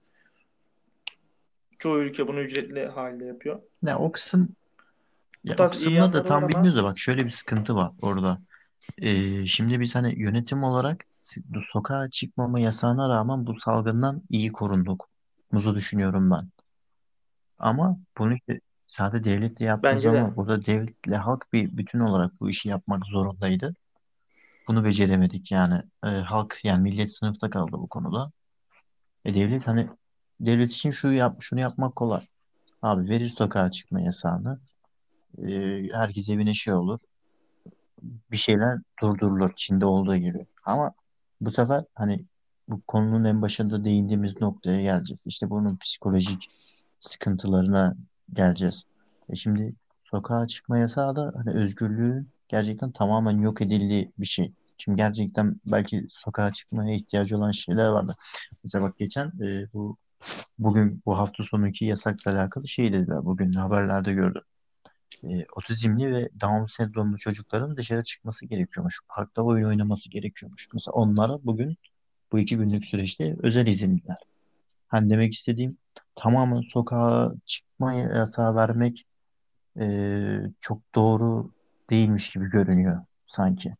Çoğu ülke bunu ücretli halde yapıyor. Ya o kısım Bu ya o tarz iyi kısımda da yanları var tam ama bilmiyoruz da bak şöyle bir sıkıntı var orada. Ee, şimdi biz hani yönetim olarak s- bu sokağa çıkmama yasağına rağmen bu salgından iyi korunduk. Muzu düşünüyorum ben. Ama bunu işte sadece devletle yaptığımız bence de. ama burada devletle halk bir bütün olarak bu işi yapmak zorundaydı. Bunu beceremedik yani. Ee, halk yani millet sınıfta kaldı bu konuda. E devlet hani devlet için şu yap şunu yapmak kolay. Abi verir sokağa çıkma yasağını. Ee, herkes evine şey olur. Bir şeyler durdurulur Çin'de olduğu gibi. Ama bu sefer hani bu konunun en başında değindiğimiz noktaya geleceğiz. İşte bunun psikolojik sıkıntılarına geleceğiz. E şimdi sokağa çıkma yasağı da hani özgürlüğün gerçekten tamamen yok edildiği bir şey. Şimdi gerçekten belki sokağa çıkmaya ihtiyacı olan şeyler vardı. Mesela bak geçen e, bu bugün bu hafta sonuki yasakla alakalı şey dediler. Bugün haberlerde gördüm. E, otizmli ve Down sendromlu çocukların dışarı çıkması gerekiyormuş. Parkta oyun oynaması gerekiyormuş. Mesela onlara bugün bu iki günlük süreçte özel izinliler. Hani demek istediğim tamamen sokağa çıkma yasağı vermek e, çok doğru değilmiş gibi görünüyor sanki.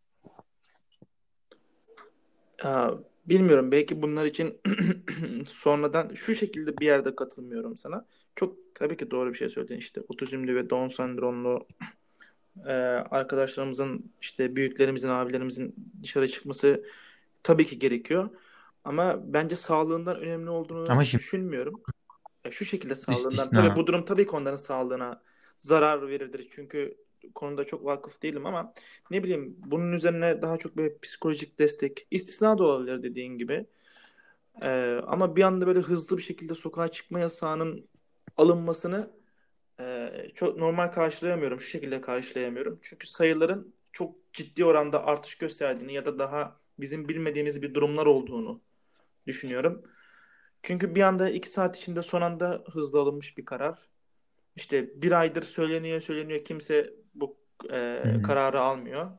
Ya, bilmiyorum, belki bunlar için sonradan şu şekilde bir yerde katılmıyorum sana. Çok tabii ki doğru bir şey söyledin, işte otizmli ve Down sendromlu e, arkadaşlarımızın, işte büyüklerimizin, abilerimizin dışarı çıkması tabii ki gerekiyor. Ama bence sağlığından önemli olduğunu Ama şimdi düşünmüyorum. E, şu şekilde sağlığından. Tabii istisna. bu durum tabii ki onların sağlığına zarar verebilir. Çünkü konuda çok vakıf değilim, ama ne bileyim, bunun üzerine daha çok böyle psikolojik destek, istisna da olabilir dediğin gibi. E, ama bir anda böyle hızlı bir şekilde sokağa çıkma yasağının alınmasını ee, çok normal karşılayamıyorum. Şu şekilde karşılayamıyorum. Çünkü sayıların çok ciddi oranda artış gösterdiğini ya da daha bizim bilmediğimiz bir durumlar olduğunu düşünüyorum. Çünkü bir anda iki saat içinde son anda hızlı alınmış bir karar. İşte bir aydır söyleniyor söyleniyor, kimse bu Hı e, hı. kararı almıyor.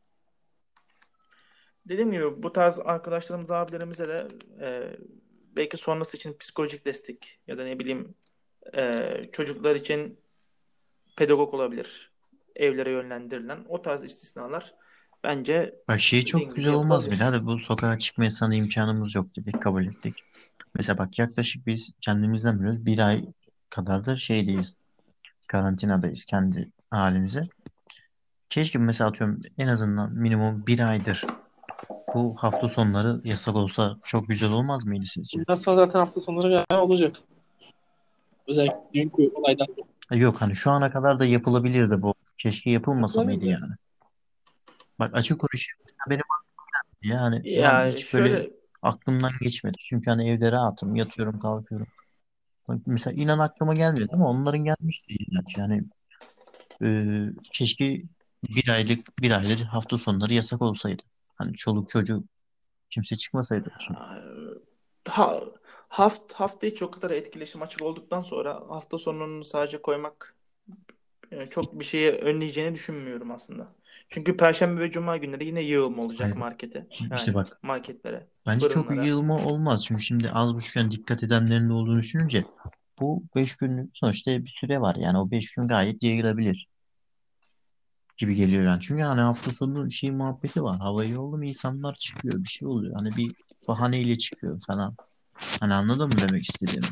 Dediğim gibi bu tarz arkadaşlarımız, abilerimize de e, belki sonrası için psikolojik destek ya da ne bileyim, e, çocuklar için pedagog olabilir. Evlere yönlendirilen o tarz istisnalar bence Bak şey çok dediğin gibi güzel olmaz mıydı? yapılabilir. Hadi bu sokağa çıkma yasağına imkanımız yok dedik, kabul ettik. Mesela bak yaklaşık biz kendimizden biliyoruz. Bir ay kadardır şeydeyiz. Karantinadayız kendi halimize. Keşke mesela atıyorum en azından minimum bir aydır bu hafta sonları yasak olsa çok güzel olmaz mıydı sizce? bundan sonra zaten hafta sonları galiba olacak. Özellikle dünkü olaydan sonra Ha, yok hani şu ana kadar da yapılabilirdi bu. Keşke yapılmasa mıydı yapılabilir. yani? Bak açık konuşayım. Benim yani ben Ya hiç böyle şöyle, aklımdan geçmedi. Çünkü hani evde rahatım, yatıyorum, kalkıyorum. Bak mesela inan aklıma gelmedi ama onların gelmişti ilaç. Yani e, keşke bir aylık bir aylık hafta sonları yasak olsaydı. Hani çoluk çocuk kimse çıkmasaydı dışarı. ha, haft hafta içi o kadar etkileşim açık olduktan sonra hafta sonunu sadece koymak e, çok bir şeye önleyeceğini düşünmüyorum aslında. Çünkü Perşembe ve Cuma günleri yine yığılma olacak Hayır, markete. işte Yani bak, marketlere, bence çok fırınlara. yığılma olmaz. Çünkü şimdi az buçuk dikkat edenlerin de olduğunu düşününce bu beş günlük sonuçta bir süre var. Yani o beş gün gayet yayılabilir gibi geliyor yani. Çünkü hani hafta sonu şey muhabbeti var. Hava iyi oldu mu insanlar çıkıyor. Bir şey oluyor. Hani bir bahaneyle çıkıyor falan. Hani anladın mı demek istediğimi?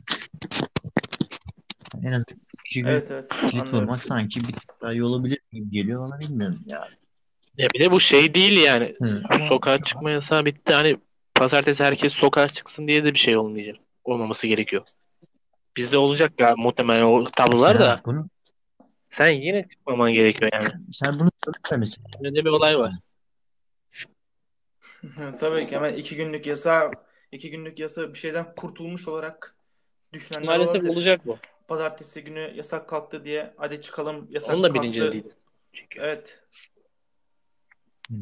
En azından iki gün Evet, evet, kilit anlıyorum. vurmak sanki bir tık daha iyi olabilir gibi geliyor bana, bilmiyorum yani. Ya bir de bu şey değil yani. Hı, ama Sokağa çıkma yasağı bitti. Hani pazartesi herkes sokağa çıksın diye de bir şey olmayacak. Olmaması gerekiyor. Bizde olacak ya muhtemelen o işte tablolar ha da. bunu Sen yine çıkmaman gerekiyor yani. sen bunu söylememişsin. Böyle de bir olay var. Tabii ki hemen iki günlük yasa iki günlük yasa bir şeyden kurtulmuş olarak düşünenler Maalesef olabilir. olacak bu. Pazartesi günü yasak kalktı diye hadi çıkalım, Onun yasak da bilincinde kalktı. değiliz. Çünkü. Evet. Hı.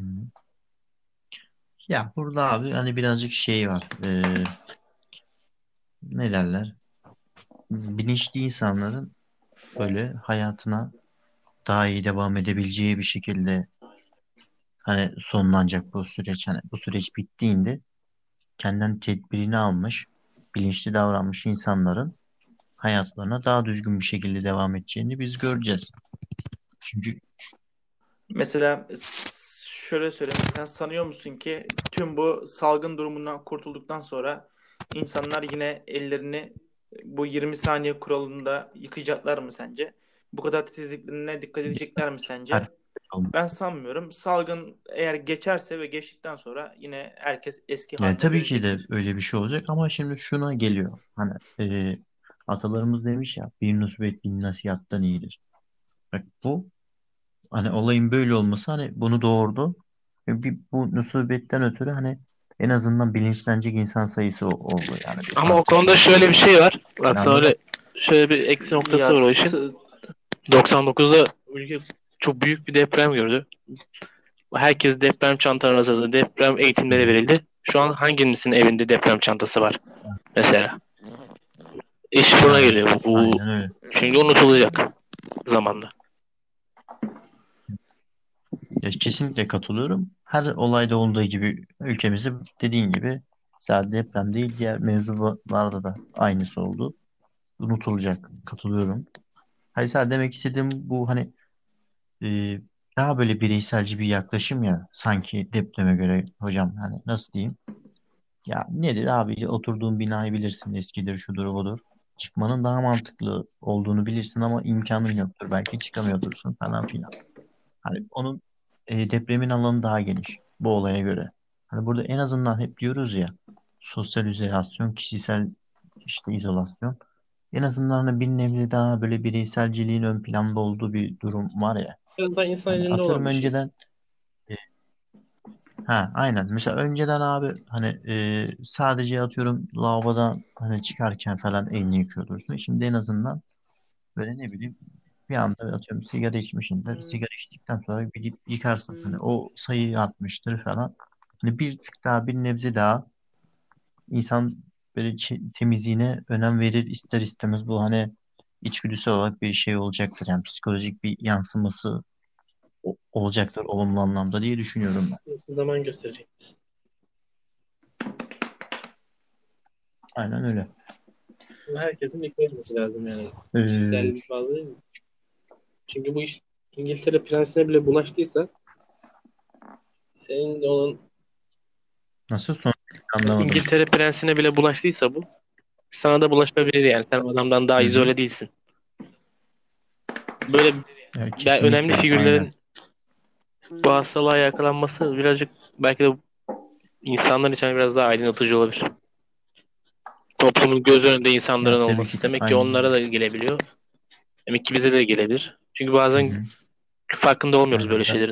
Ya burada abi hani birazcık şey var. Ee, ne derler? Bilinçli insanların böyle hayatına daha iyi devam edebileceği bir şekilde hani sonlanacak bu süreç. Hani bu süreç bittiğinde kendinden tedbirini almış, bilinçli davranmış insanların hayatlarına daha düzgün bir şekilde devam edeceğini biz göreceğiz. Çünkü Mesela s- şöyle söyleyeyim. Sen sanıyor musun ki tüm bu salgın durumundan kurtulduktan sonra insanlar yine ellerini bu yirmi saniye kuralında yıkayacaklar mı sence? Bu kadar titizliklerine dikkat edecekler mi her sence? Ben sanmıyorum. Salgın eğer geçerse ve geçtikten sonra yine herkes eski yani haline tabii ki de dönecektir. öyle bir şey olacak ama şimdi şuna geliyor. Hani e, atalarımız demiş ya, bir musibet bin nasihattan iyidir. Bak bu hani olayın böyle olması hani bunu doğurdu. Ve bir, bu musibetten ötürü hani en azından bilinçlenecek insan sayısı o- oldu. Yani bir Ama o artış konuda oldu. şöyle bir şey var. Bak Hani sana anladın öyle şöyle bir eksi noktası var Ya o işin. t- doksan dokuzda ülke çok büyük bir deprem gördü. Herkes deprem çantalarını hazırladı. Deprem eğitimleri mı? verildi. Şu an hanginizin evinde deprem çantası var mesela? İş buna Aynen. geliyor. Bu Aynen öyle. çünkü unutulacak zamanla. Ya kesinlikle katılıyorum. Her olayda olduğu gibi ülkemizde dediğin gibi sadece deprem değil diğer mevzularda da aynısı oldu. Unutulacak. Katılıyorum. Hayır, sadece demek istediğim bu hani e, daha böyle bireyselci bir yaklaşım ya sanki depreme göre hocam, hani nasıl diyeyim? Ya nedir abi, oturduğun binayı bilirsin, eskidir şudur budur. Çıkmanın daha mantıklı olduğunu bilirsin ama imkanın yoktur. Belki çıkamıyordursun falan filan. Hani onun e, depremin alanı daha geniş bu olaya göre. Hani burada en azından hep diyoruz ya, sosyal izolasyon, kişisel işte izolasyon. En azından hani bir nebze daha böyle bireyselciliğin ön planda olduğu bir durum var ya. Biraz daha insan Hani elinde atıyorum olan bir şey. önceden e, ha aynen, mesela önceden abi hani e, sadece atıyorum lavabodan hani çıkarken falan elini yıkıyordursun. Şimdi en azından böyle ne bileyim bir anda atıyorum sigara içmişsindir. Sigara içtikten sonra gidip yıkarsın. Hani o sayıyı atmıştır falan. Hani bir tık daha, bir nebze daha insan böyle çe- temizliğine önem verir ister istemez. Bu hani içgüdüsel olarak bir şey olacaktır. Yani psikolojik bir yansıması o- olacaktır olumlu anlamda diye düşünüyorum ben. Zaman gösterecek. Aynen öyle. Herkesin dikkat etmesi lazım yani. Ee, Kişisel bazı değil mi? Çünkü bu iş İngiltere prensine bile bulaştıysa senin de onun nasıl son anlamadım. İngiltere prensine bile bulaştıysa bu sana da bulaşabilir yani. Sen o adamdan daha Hı hı. izole değilsin. Böyle Evet, ben önemli kesinlikle aynen. figürlerin bu hastalığa yakalanması birazcık belki de insanlar için biraz daha aydınlatıcı olabilir. Toplumun göz önünde Ya insanların tabii olması. ki de Demek ki aynen onlara öyle. da gelebiliyor. Demek ki bize de gelebilir. Çünkü Hı bazen hı. farkında olmuyoruz böyle Aynen. Ben- şeylerin.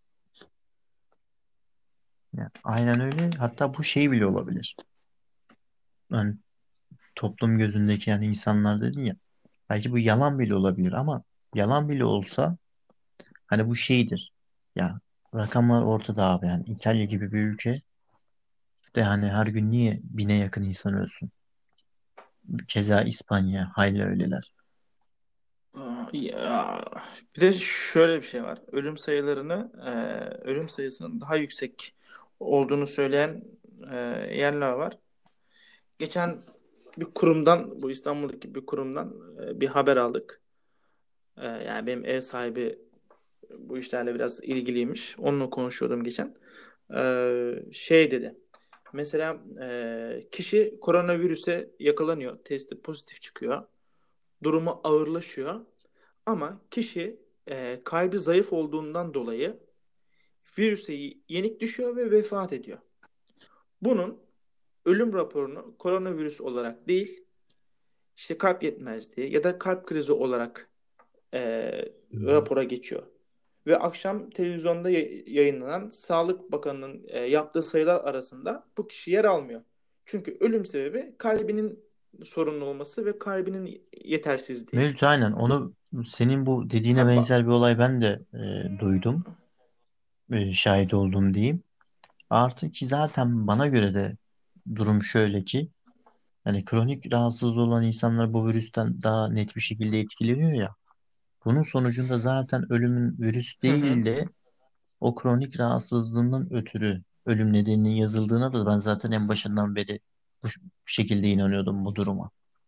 ya, aynen öyle. Hatta bu şey bile olabilir. Hani toplum gözündeki yani insanlar dedin ya. Belki bu yalan bile olabilir ama yalan bile olsa hani bu şeydir. Ya rakamlar ortada abi, yani İtalya gibi bir ülke de hani her gün niye bine yakın insan ölsün? Keza İspanya hayli öyleler. Ya, bir de şöyle bir şey var. Ölüm sayılarını, e, ölüm sayısının daha yüksek olduğunu söyleyen e, yerler var. Geçen bir kurumdan, bu İstanbul'daki bir kurumdan e, bir haber aldık. E, yani benim ev sahibi bu işlerle biraz ilgiliymiş. Onunla konuşuyordum geçen. E, şey dedi. Mesela e, kişi koronavirüse yakalanıyor. Testi pozitif çıkıyor. Durumu ağırlaşıyor. Ama kişi e, kalbi zayıf olduğundan dolayı virüse yenik düşüyor ve vefat ediyor. Bunun ölüm raporunu koronavirüs olarak değil, işte kalp yetmezliği ya da kalp krizi olarak e, Hı hı. rapora geçiyor. Ve akşam televizyonda yayınlanan Sağlık Bakanı'nın e, yaptığı sayılar arasında bu kişi yer almıyor. Çünkü ölüm sebebi kalbinin sorunlu olması ve kalbinin yetersizliği. Mevcut aynen onu senin bu dediğine Ha, ba- benzer bir olay ben de e, duydum. E, şahit oldum diyeyim. Artı ki zaten bana göre de durum şöyle ki yani kronik rahatsızlığı olan insanlar bu virüsten daha net bir şekilde etkileniyor ya. Bunun sonucunda zaten ölümün virüs Hı hı. değil de o kronik rahatsızlığından ötürü ölüm nedeninin yazıldığına da ben zaten en başından beri bu ş- şekilde inanıyordum bu duruma.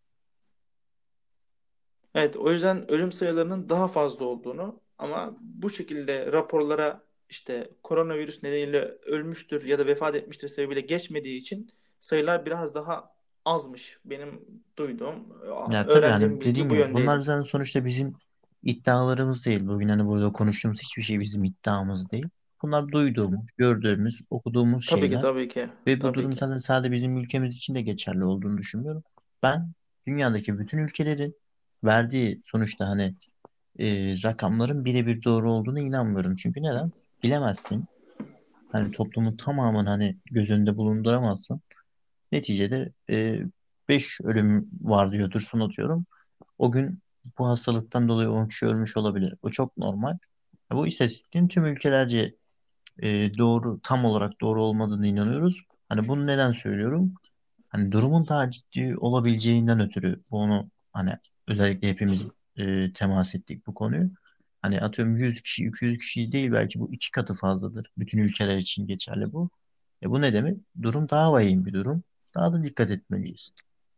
Evet, o yüzden ölüm sayılarının daha fazla olduğunu ama bu şekilde raporlara işte koronavirüs nedeniyle ölmüştür ya da vefat etmiştir sebebiyle geçmediği için sayılar biraz daha azmış. Benim duyduğum, Ya tabii öğrendiğim hani bilgi dediğim bu gibi bunlar yöndeydi. zaten sonuçta bizim iddialarımız değil. Bugün hani burada konuştuğumuz hiçbir şey bizim iddiamız değil. Bunlar duyduğumuz, gördüğümüz, okuduğumuz Tabii ki, şeyler. tabii ki, Ve bu tabii durum ki. zaten sadece bizim ülkemiz için de geçerli olduğunu düşünmüyorum. Ben dünyadaki bütün ülkelerin verdiği sonuçta hani e, rakamların birebir doğru olduğuna inanmıyorum. Çünkü neden? Bilemezsin. Hani toplumun tamamını hani göz önünde bulunduramazsın. Neticede e, beş ölüm var diyor Dursun atıyorum. O gün bu hastalıktan dolayı on kişi ölmüş olabilir. Bu çok normal. Bu istatistiğin tüm ülkelerce e, doğru, tam olarak doğru olmadığını inanıyoruz. Hani bunu neden söylüyorum? Hani durumun daha ciddi olabileceğinden ötürü bunu hani özellikle hepimiz e, temas ettik bu konuyu. Hani atıyorum yüz kişi, iki yüz kişi değil belki bu iki katı fazladır. Bütün ülkeler için geçerli bu. E bu ne demek? Durum daha vahim bir durum. Daha da dikkat etmeliyiz.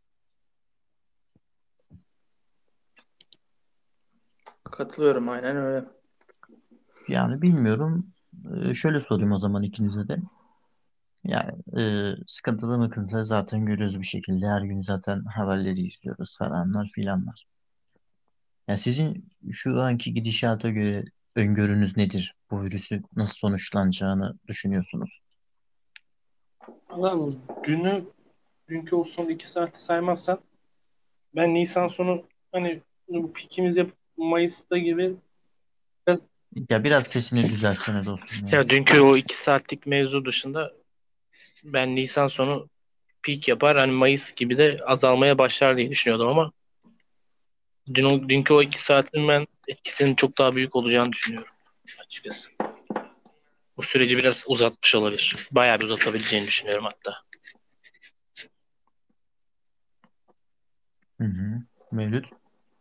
Katılıyorum, aynen öyle. Yani bilmiyorum. E, şöyle sorayım o zaman ikinize de. Yani e, sıkıntılı mıkıntılı zaten görüyoruz bir şekilde. Her gün zaten haberleri izliyoruz falanlar filanlar. Yani sizin şu anki gidişata göre öngörünüz nedir? Bu virüsü nasıl sonuçlanacağını düşünüyorsunuz? Ama dünü, dünkü o son iki saati saymazsan ben Nisan sonu hani bu pikimiz yapıp Mayıs'ta gibi biraz, Ya biraz sesini düzeltsene dostum ya. ya dünkü o iki saatlik mevzu dışında ben Nisan sonu peak yapar hani Mayıs gibi de azalmaya başlar diye düşünüyordum ama dün, o- dünkü o iki saatin ben etkisinin çok daha büyük olacağını düşünüyorum açıkçası. Bu süreci biraz uzatmış olabilir. Bayağı bir uzatabileceğini düşünüyorum hatta. Hı hı. Mevlüt.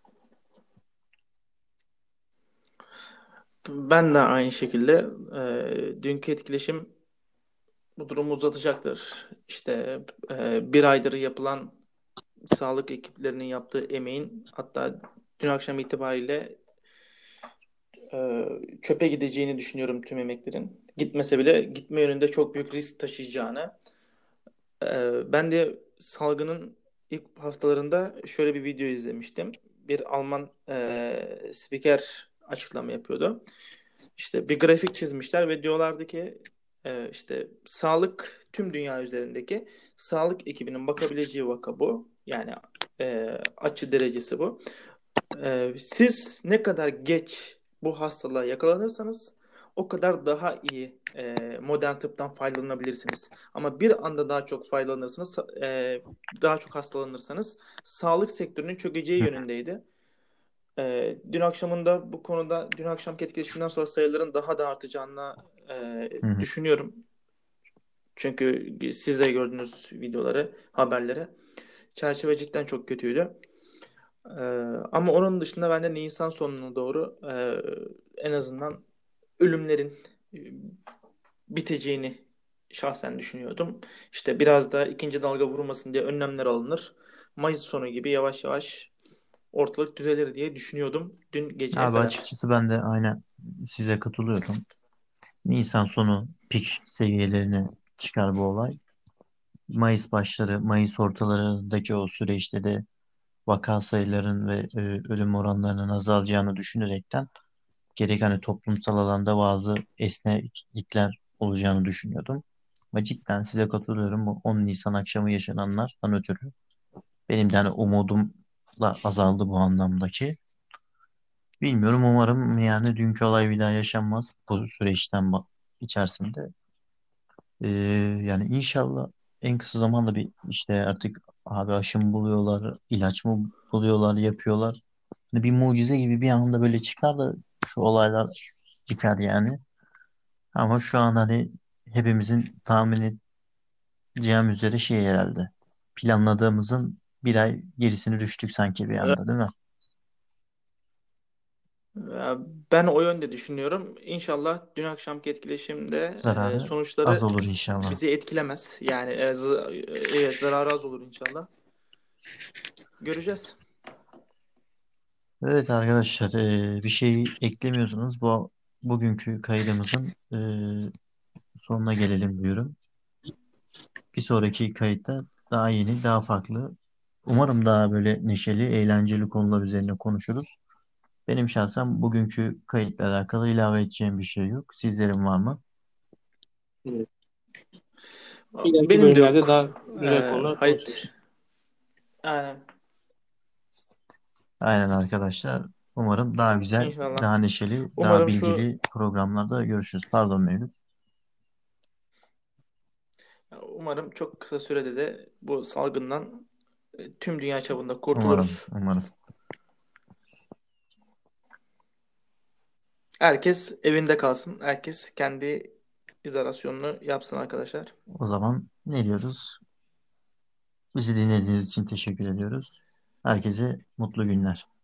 Ben de aynı şekilde e, dünkü etkileşim bu durumu uzatacaktır. İşte e, bir aydır yapılan sağlık ekiplerinin yaptığı emeğin hatta dün akşam itibariyle e, çöpe gideceğini düşünüyorum tüm emeklerin. Gitmese bile gitme yönünde çok büyük risk taşıyacağını. E, ben de salgının ilk haftalarında şöyle bir video izlemiştim. Bir Alman e, spiker açıklama yapıyordu. İşte bir grafik çizmişler ve diyorlardı ki e, işte sağlık tüm dünya üzerindeki sağlık ekibinin bakabileceği vaka bu. Yani e, açı derecesi bu. E, siz ne kadar geç bu hastalığa yakalanırsanız o kadar daha iyi e, modern tıptan faydalanabilirsiniz. Ama bir anda daha çok faydalanırsanız, e, daha çok hastalanırsanız sağlık sektörünün çökeceği Hı yönündeydi. Ee, dün akşamında bu konuda dün akşamki etkileşimden sonra sayıların daha da artacağını e, hı. Hı. düşünüyorum. Çünkü siz de gördünüz videoları, haberleri. Çerçeve cidden çok kötüydü. Ee, Ama onun dışında ben de Nisan sonuna doğru e, en azından ölümlerin e, biteceğini şahsen düşünüyordum. İşte biraz da ikinci dalga vurmasın diye önlemler alınır. Mayıs sonu gibi yavaş yavaş ortalık düzelir diye düşünüyordum dün geceye Abi kadar. açıkçası ben de aynen size katılıyorum. Nisan sonu pik seviyelerine çıkar bu olay. Mayıs başları, Mayıs ortalarındaki o süreçte de vaka sayıların ve e, ölüm oranlarının azalacağını düşünerekten gerek hani toplumsal alanda bazı esneklikler olacağını düşünüyordum. Ve cidden size katılıyorum. Bu on Nisan akşamı yaşananlardan ötürü benim de hani umudum da azaldı bu anlamdaki. Bilmiyorum, umarım yani dünkü olay bir daha yaşanmaz bu süreçten ba- içerisinde. Ee, Yani inşallah en kısa zamanda bir işte artık abi aşı mı buluyorlar, ilaç mı buluyorlar, yapıyorlar. Hani bir mucize gibi bir anda böyle çıkar da şu olaylar biter yani. Ama şu an hani hepimizin tahmin edeceğim üzere şey herhalde. Planladığımızın bir ay gerisini düştük sanki bir anda, değil mi? Ee, Ben o yönde düşünüyorum. İnşallah dün akşamki etkileşimde e, Zararı az sonuçları olur inşallah. bizi etkilemez. Yani e, z- e, evet, zararı az olur inşallah. Göreceğiz. Evet arkadaşlar, eee, bir şey eklemiyorsunuz. Bu bugünkü kaydımızın eee, sonuna gelelim diyorum. Bir sonraki kayıtta daha yeni, daha farklı. Umarım daha böyle neşeli, eğlenceli konular üzerine konuşuruz. Benim şahsen bugünkü kayıtla alakalı ilave edeceğim bir şey yok. Sizlerin var mı? Evet. İleriki Benim de bölümlerde yok. daha güzel Ee, konular Halit. konuşuruz. Aynen. Aynen arkadaşlar. Umarım daha güzel, İnşallah. daha neşeli, daha Umarım şu bilgili programlarda görüşürüz. Pardon Mevlüt. umarım çok kısa sürede de bu salgından e, tüm dünya çapında Umarım, kurtuluruz. umarım. Herkes evinde kalsın. Herkes kendi izolasyonunu yapsın arkadaşlar. O zaman ne diyoruz? Bizi dinlediğiniz için teşekkür ediyoruz. Herkese mutlu günler.